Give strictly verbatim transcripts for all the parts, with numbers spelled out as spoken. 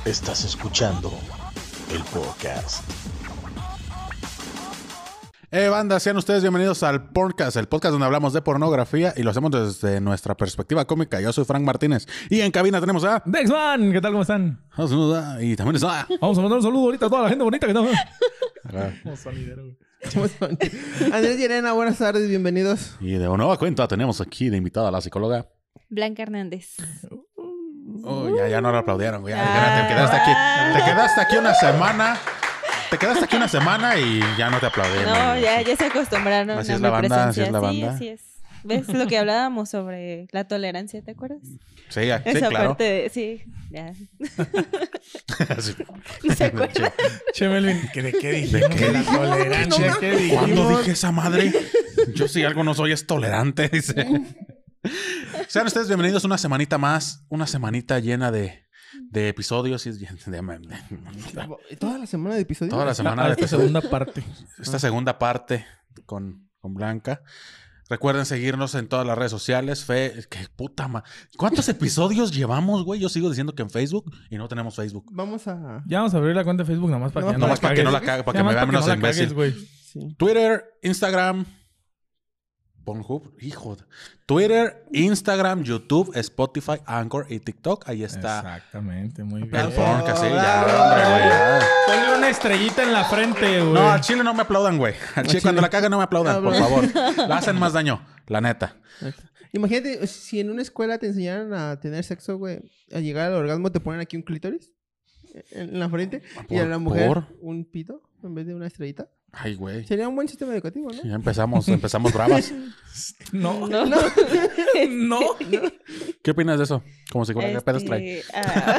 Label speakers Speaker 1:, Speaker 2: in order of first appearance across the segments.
Speaker 1: Estás escuchando el podcast. Eh, banda, sean ustedes bienvenidos al podcast, el podcast donde hablamos de pornografía y lo hacemos desde nuestra perspectiva cómica. Yo soy Frank Martínez y en cabina tenemos a...
Speaker 2: Dexman, ¿qué tal? ¿Cómo están?
Speaker 1: Y también está...
Speaker 2: Vamos a mandar un saludo ahorita a toda la gente bonita que está...
Speaker 3: Como sonidero, güey. Andrés y Elena, buenas tardes, bienvenidos.
Speaker 1: Y de nueva cuenta tenemos aquí de invitada a la psicóloga
Speaker 4: Blanca Hernández.
Speaker 1: Oh, ya, ya no la aplaudieron, güey. Ya, te quedaste aquí. Te quedaste aquí una semana. Te quedaste aquí una semana y ya no te aplaudieron.
Speaker 4: No, ya, ya se acostumbraron
Speaker 1: así
Speaker 4: a
Speaker 1: es
Speaker 4: mi
Speaker 1: la banda,
Speaker 4: presencia.
Speaker 1: así es la
Speaker 4: sí,
Speaker 1: banda.
Speaker 4: así es. ¿Ves lo que hablábamos sobre la tolerancia? ¿Te acuerdas?
Speaker 1: Sí, sí,
Speaker 4: Esa
Speaker 1: claro.
Speaker 4: parte de... Sí, ya.
Speaker 1: Sí.
Speaker 4: ¿No se acuerdan?
Speaker 2: Che, Melvin, ¿que ¿de qué dijimos?
Speaker 1: ¿De qué
Speaker 2: la
Speaker 1: dijimos?
Speaker 2: tolerancia,
Speaker 1: No,
Speaker 2: ¿qué dijimos?
Speaker 1: ¿Cuándo dije esa madre? Yo si algo no soy es tolerante, dice. Sean ustedes bienvenidos una semanita más. Una semanita llena de, de episodios. Y de, de- de-
Speaker 3: ¿Toda la semana de episodios?
Speaker 1: toda la semana
Speaker 2: Ah,
Speaker 1: de
Speaker 2: esta
Speaker 1: episodios.
Speaker 2: segunda parte.
Speaker 1: Esta segunda parte con, con Blanca. Recuerden seguirnos en todas las redes sociales. Fe, qué puta ma... ¿Cuántos episodios llevamos, güey? Yo sigo diciendo que en Facebook y no tenemos Facebook.
Speaker 3: Vamos a...
Speaker 2: Ya vamos a abrir la cuenta de Facebook nomás para
Speaker 3: No,
Speaker 2: que
Speaker 1: Nomás para que no la
Speaker 2: cagues.
Speaker 1: cague, para que
Speaker 2: Nada
Speaker 1: me vea
Speaker 2: más
Speaker 1: menos
Speaker 2: para que no la
Speaker 1: imbécil.
Speaker 2: cagues, güey.
Speaker 3: Sí.
Speaker 1: Twitter, Instagram, Pornhub, hijo. de- Twitter, Instagram, YouTube, Spotify, Anchor y TikTok. Ahí está.
Speaker 2: Exactamente, muy bien.
Speaker 1: El
Speaker 3: Aplauso.
Speaker 1: porn, que sí, ya,
Speaker 3: Bravo.
Speaker 1: hombre, güey, ya.
Speaker 2: Ponle una estrellita en la frente, güey.
Speaker 1: No, al chile no me aplaudan, güey. Al chile, cuando la cagan no me aplaudan, por favor. La hacen más daño, la neta.
Speaker 3: Imagínate, si en una escuela te enseñaran a tener sexo, güey, a llegar al orgasmo, te ponen aquí un clítoris en la frente y a
Speaker 1: ¿Por-
Speaker 3: la mujer
Speaker 1: por?
Speaker 3: un pito en vez de una estrellita.
Speaker 1: Ay, güey.
Speaker 3: Sería un buen sistema educativo, ¿no?
Speaker 1: Ya empezamos, empezamos bravas.
Speaker 2: No,
Speaker 4: No.
Speaker 2: no. no.
Speaker 1: ¿Qué opinas de eso? Como psicóloga, ¿qué pedos trae?
Speaker 4: Este,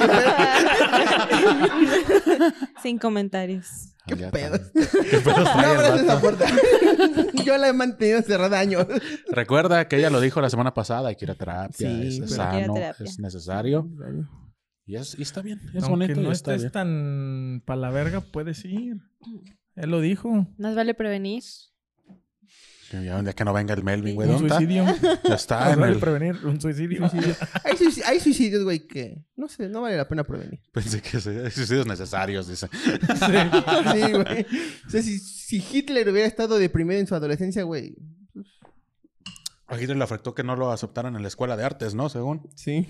Speaker 4: ah, Sin comentarios.
Speaker 3: ¿Qué
Speaker 1: Ya
Speaker 3: pedo?
Speaker 1: está. ¿Qué pedos
Speaker 3: No
Speaker 1: trae el
Speaker 3: abras esa
Speaker 1: vato?
Speaker 3: puerta. Yo la he mantenido cerrada años.
Speaker 1: Recuerda que ella lo dijo la semana pasada, hay que ir a terapia,
Speaker 3: Sí,
Speaker 1: es
Speaker 3: pero-
Speaker 1: sano,
Speaker 4: Hay que ir a terapia.
Speaker 1: es necesario. Y, es, y está bien, es
Speaker 2: Aunque
Speaker 1: bonito
Speaker 2: no
Speaker 1: y está
Speaker 2: estés
Speaker 1: bien.
Speaker 2: tan pa' la verga, puedes ir. Él lo dijo.
Speaker 4: Más vale prevenir.
Speaker 1: Que ya un día que no venga el Melvin, güey,
Speaker 2: Un
Speaker 1: ¿dónde está?
Speaker 2: suicidio.
Speaker 1: Ya está
Speaker 2: Más
Speaker 1: en
Speaker 2: vale
Speaker 1: el...
Speaker 2: prevenir un suicidio.
Speaker 3: Hay, suic- hay suicidios, güey, que no sé, no vale la pena prevenir.
Speaker 1: Pensé que sí, hay suicidios necesarios, dice.
Speaker 3: Sí, güey. O sea, si, si Hitler hubiera estado deprimido en su adolescencia, güey.
Speaker 1: A Hitler le afectó que no lo aceptaran en la escuela de artes, ¿no? Según.
Speaker 3: Sí.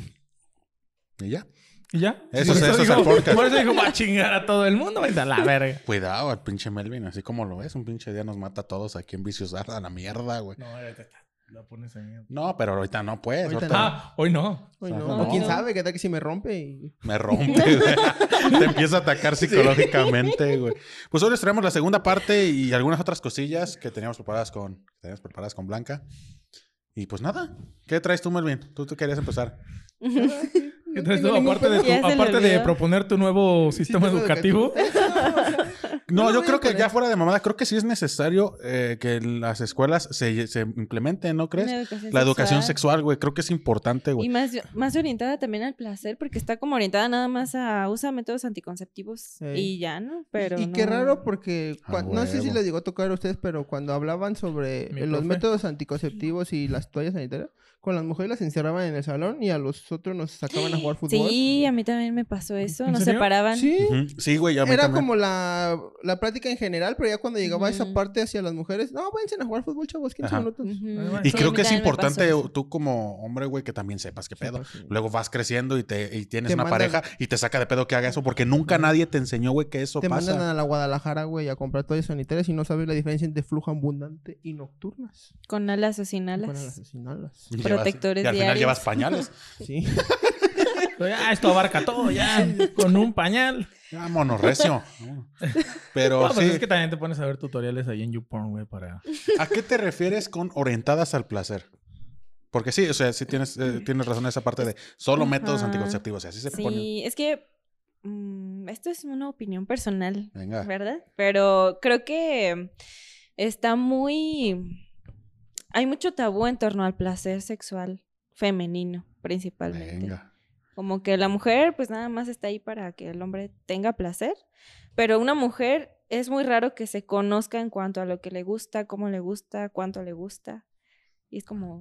Speaker 1: Y ya.
Speaker 2: ¿Y ya?
Speaker 1: Eso
Speaker 2: Por
Speaker 1: es- eso es
Speaker 2: dijo-
Speaker 1: el podcast.
Speaker 2: Por eso dijo, va a chingar a todo el mundo. Vete a la verga.
Speaker 1: Cuidado al pinche Melvin, así como lo ves. Un pinche día nos mata a todos aquí en Vicios a la mierda, güey.
Speaker 2: No, ya te- la pones ahí.
Speaker 1: No, pero ahorita no, pues.
Speaker 3: Ahorita
Speaker 1: ahorita
Speaker 2: Ah, hoy no.
Speaker 3: Uy,
Speaker 1: O sea,
Speaker 3: no.
Speaker 1: no.
Speaker 3: O quién sabe, qué tal que si me rompe y...
Speaker 1: me rompe, güey. Te empieza a atacar psicológicamente, güey. Pues hoy les traemos la segunda parte y algunas otras cosillas que teníamos preparadas con, que teníamos preparadas con Blanca. Y pues nada. ¿Qué traes tú, Melvin? Tú, tú querías empezar.
Speaker 2: ¿Qué traes tú?
Speaker 3: tengo ningún
Speaker 2: Aparte, de, tu-
Speaker 4: Ya se le
Speaker 2: aparte de
Speaker 4: olvidó.
Speaker 2: proponer tu nuevo sistema,
Speaker 3: Sistema
Speaker 2: educativo.
Speaker 1: No,
Speaker 3: No lo
Speaker 1: yo
Speaker 3: voy
Speaker 1: creo
Speaker 3: a
Speaker 1: que
Speaker 3: poner.
Speaker 1: ya fuera de mamada, creo que sí es necesario eh, que las escuelas se, se implementen, ¿no crees?
Speaker 4: Una educación
Speaker 1: La educación
Speaker 4: sexual.
Speaker 1: sexual, güey. Creo que es importante,
Speaker 4: Y
Speaker 1: güey.
Speaker 4: más, más orientada también al placer, porque está como orientada nada más a usa métodos anticonceptivos
Speaker 3: Sí.
Speaker 4: y ya, ¿no? Pero
Speaker 3: y
Speaker 4: no.
Speaker 3: qué raro porque...
Speaker 1: A
Speaker 3: cua- no sé si
Speaker 1: huevo.
Speaker 3: les llegó a tocar a ustedes, pero cuando hablaban sobre
Speaker 2: Mi
Speaker 3: eh, los
Speaker 2: profe.
Speaker 3: métodos anticonceptivos y las toallas sanitarias, con las mujeres las encerraban en el salón y a los otros nos sacaban a jugar fútbol.
Speaker 4: Sí, a mí también me pasó eso.
Speaker 2: ¿En
Speaker 4: Nos
Speaker 2: serio?
Speaker 4: separaban.
Speaker 3: Sí.
Speaker 1: Ujú. Sí, güey, ya me
Speaker 3: Era
Speaker 1: también.
Speaker 3: como la, la plática en general, pero ya cuando llegaba esa
Speaker 4: Ujú.
Speaker 3: parte hacia las mujeres, no, váyanse a jugar fútbol, chavos, quince
Speaker 1: Ajá.
Speaker 3: minutos.
Speaker 4: Ujú.
Speaker 1: Y
Speaker 4: Sí,
Speaker 1: creo
Speaker 4: a mí
Speaker 1: que es
Speaker 4: también me
Speaker 1: importante
Speaker 4: pasó eso.
Speaker 1: tú como hombre, güey, que también sepas qué pedo.
Speaker 3: Sepas, sí.
Speaker 1: Luego vas creciendo y te y tienes
Speaker 3: Te
Speaker 1: una
Speaker 3: mandan-
Speaker 1: pareja y te saca de pedo que haga eso porque nunca nadie te enseñó, güey, que eso
Speaker 3: Te
Speaker 1: pasa.
Speaker 3: mandan a la Guadalajara, güey, a comprar toallas sanitarias y no sabes la diferencia entre flujo abundante y nocturnas.
Speaker 4: Con alas o sin alas.
Speaker 3: Con las asesinalas.
Speaker 1: Y llevas-
Speaker 4: protectores
Speaker 1: Y al final
Speaker 4: diarios.
Speaker 1: llevas pañales.
Speaker 3: Sí.
Speaker 2: Pero ya, esto abarca todo, ya. Con un pañal.
Speaker 1: Ah, monorrecio. Pero
Speaker 2: No, pues
Speaker 1: sí.
Speaker 2: es que también te pones a ver tutoriales ahí en YouPorn, güey, para...
Speaker 1: ¿A qué te refieres con orientadas al placer? Porque sí, o sea, sí tienes, eh, tienes razón en esa parte de solo
Speaker 4: Ajá.
Speaker 1: métodos anticonceptivos. Y así se pone.
Speaker 4: Sí, es que mm, esto es una opinión personal,
Speaker 1: Venga.
Speaker 4: ¿verdad? Pero creo que está muy... Hay mucho tabú en torno al placer sexual femenino, principalmente.
Speaker 1: Venga.
Speaker 4: Como que la mujer, pues nada más está ahí para que el hombre tenga placer. Pero una mujer es muy raro que se conozca en cuanto a lo que le gusta, cómo le gusta, cuánto le gusta. Y es como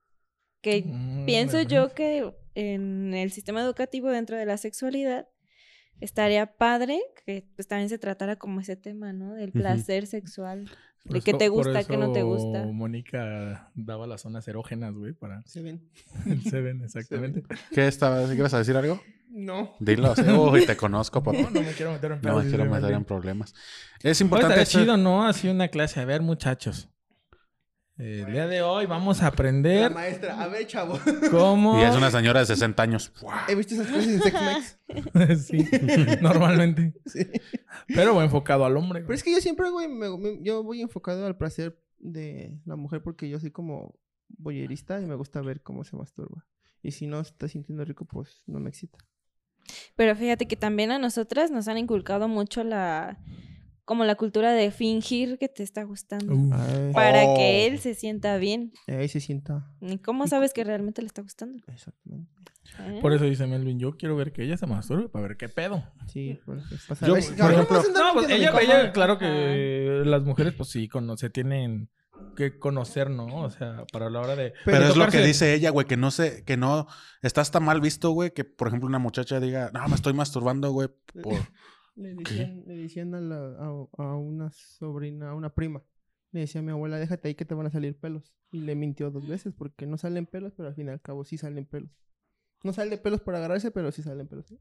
Speaker 4: que
Speaker 2: Mm,
Speaker 4: pienso
Speaker 2: bueno.
Speaker 4: yo que en el sistema educativo dentro de la sexualidad estaría padre que pues también se tratara como ese tema, ¿no? Del
Speaker 1: Ujú.
Speaker 4: placer sexual.
Speaker 2: Por
Speaker 4: De
Speaker 2: eso-
Speaker 4: qué te
Speaker 2: por
Speaker 4: gusta, qué no te
Speaker 2: eso
Speaker 4: gusta.
Speaker 2: Mónica daba las zonas erógenas, güey, para
Speaker 3: ¿Se ven?
Speaker 2: el Seven, exactamente.
Speaker 1: ¿Qué estabas? ¿Ibas a decir algo?
Speaker 3: No.
Speaker 1: Dilo. Sí. Uy, te conozco, papá.
Speaker 2: No, no me quiero meter en
Speaker 1: No
Speaker 2: pedos.
Speaker 1: me
Speaker 2: dice
Speaker 1: quiero meter
Speaker 2: Melvin.
Speaker 1: en problemas. Es
Speaker 2: Pues
Speaker 1: importante...
Speaker 2: estaría
Speaker 1: ser-
Speaker 2: chido, ¿no? Así una clase. A ver, muchachos. Eh, el día de hoy vamos a
Speaker 3: La
Speaker 2: aprender
Speaker 3: maestra, a ver, chavo.
Speaker 2: cómo...
Speaker 1: Y es una señora de sesenta años.
Speaker 3: He visto esas cosas en Sex Mex.
Speaker 2: sí, normalmente.
Speaker 3: Sí.
Speaker 2: Pero enfocado al hombre.
Speaker 3: Pero es que yo siempre, güey, me- me- yo voy enfocado al placer de la mujer porque yo soy como voyerista y me gusta ver cómo se masturba. Y si no está sintiendo rico, pues no me excita.
Speaker 4: Pero fíjate que también a nosotras nos han inculcado mucho la... como la cultura de fingir que te está gustando.
Speaker 2: Uf.
Speaker 3: Ay,
Speaker 4: Para
Speaker 1: Oh.
Speaker 4: que él se sienta bien.
Speaker 3: ahí se sienta.
Speaker 4: ¿Y cómo sabes que realmente le está gustando?
Speaker 3: Exactamente.
Speaker 4: ¿Eh?
Speaker 2: Por eso dice Melvin, yo quiero ver que ella se masturbe para ver qué pedo.
Speaker 3: Sí, pues pasa.
Speaker 1: Yo,
Speaker 3: a ver,
Speaker 1: por
Speaker 3: cabrón,
Speaker 1: ejemplo-
Speaker 3: vas a andar
Speaker 2: No, pues
Speaker 3: mintiendo,
Speaker 2: ella,
Speaker 3: mi
Speaker 2: ella,
Speaker 3: compa.
Speaker 2: claro que las mujeres, pues sí, conoce, tienen que conocer, ¿no? O sea, para la hora de...
Speaker 1: Pero,
Speaker 2: de
Speaker 1: es lo que
Speaker 2: tocarse-
Speaker 1: dice ella, güey, que no sé, que no está hasta mal visto, güey, que por ejemplo una muchacha diga, no, me estoy masturbando, güey, por...
Speaker 3: Le decían, le decían a, la, a, a una sobrina, a una prima. Le decía a mi abuela, déjate ahí que te van a salir pelos. Y le mintió dos veces porque no salen pelos, pero al fin y al cabo sí salen pelos. No salen pelos por agarrarse, pero sí salen pelos. ¿eh?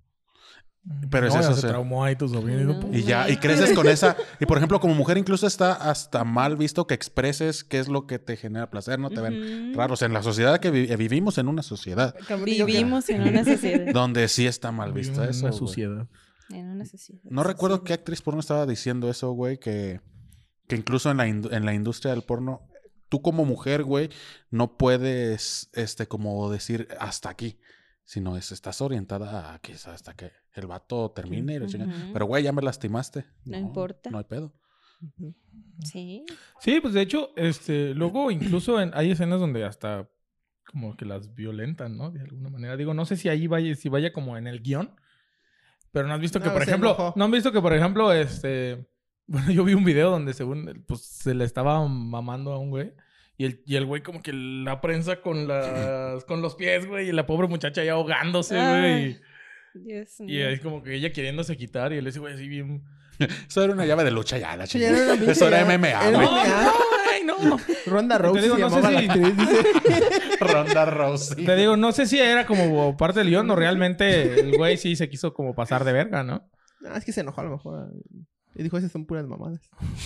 Speaker 1: Pero es
Speaker 2: No, ya
Speaker 1: eso,
Speaker 2: se
Speaker 1: sí.
Speaker 2: traumó ahí tu sobrino. y dijo,
Speaker 4: No.
Speaker 2: "Pu-".
Speaker 1: Y ya, y creces con esa... Y por ejemplo, como mujer incluso está hasta mal visto que expreses qué es lo que te genera placer, ¿no? Te ven
Speaker 4: Ujú.
Speaker 1: raros. En la sociedad que vi- vivimos, en una sociedad
Speaker 3: Cabrón, yo que-
Speaker 4: Vivimos en una sociedad.
Speaker 1: donde sí está mal visto
Speaker 2: Vivimos en
Speaker 1: eso,
Speaker 2: una
Speaker 1: güey.
Speaker 2: suciedad.
Speaker 4: En una sociedad.
Speaker 1: No recuerdo
Speaker 4: Sí.
Speaker 1: qué actriz porno estaba diciendo eso, güey, que, que incluso en la, indu- en la industria del porno, tú como mujer, güey, no puedes, este, como decir hasta aquí, sino es, estás orientada a que es hasta que el vato termine y la chingada.
Speaker 4: Ujú.
Speaker 1: Pero, güey, ya me lastimaste.
Speaker 4: No importa.
Speaker 1: No hay pedo.
Speaker 3: Ujú.
Speaker 4: Sí.
Speaker 2: Sí, pues de hecho, este, luego incluso en- hay escenas donde hasta como que las violentan, ¿no? De alguna manera. Digo, no sé si ahí vaya, si vaya como en el guión. Pero no has visto que,
Speaker 3: No,
Speaker 2: por
Speaker 3: se
Speaker 2: ejemplo,
Speaker 3: enojó.
Speaker 2: no han visto que, por ejemplo, este, bueno, yo vi un video donde según, pues, se le estaba mamando a un güey. Y el, y el güey como que la prensa con las, con los pies, güey. Y la pobre muchacha ya ahogándose, güey.
Speaker 4: Ay, Dios
Speaker 2: Y, y
Speaker 4: mío.
Speaker 2: es como que ella queriéndose quitar. Y él ese güey así bien...
Speaker 1: Eso era una llave de lucha ya, la
Speaker 3: Sí, ya
Speaker 1: chingada.
Speaker 3: era una pinche
Speaker 1: Eso era
Speaker 3: llave.
Speaker 1: M M A,
Speaker 3: Era
Speaker 1: güey.
Speaker 3: M M A.
Speaker 2: ¡Ay, no!
Speaker 3: Ronda
Speaker 2: Te
Speaker 3: Rousey
Speaker 2: digo,
Speaker 3: se
Speaker 2: no sé
Speaker 3: llamaba
Speaker 2: si-
Speaker 3: la actriz, dice.
Speaker 1: Ronda Rousey.
Speaker 2: Te digo, no sé si era como parte del guión o realmente el güey sí se quiso como pasar de verga, ¿no?
Speaker 3: No, es que se enojó a lo mejor. Y dijo, esas son puras mamadas.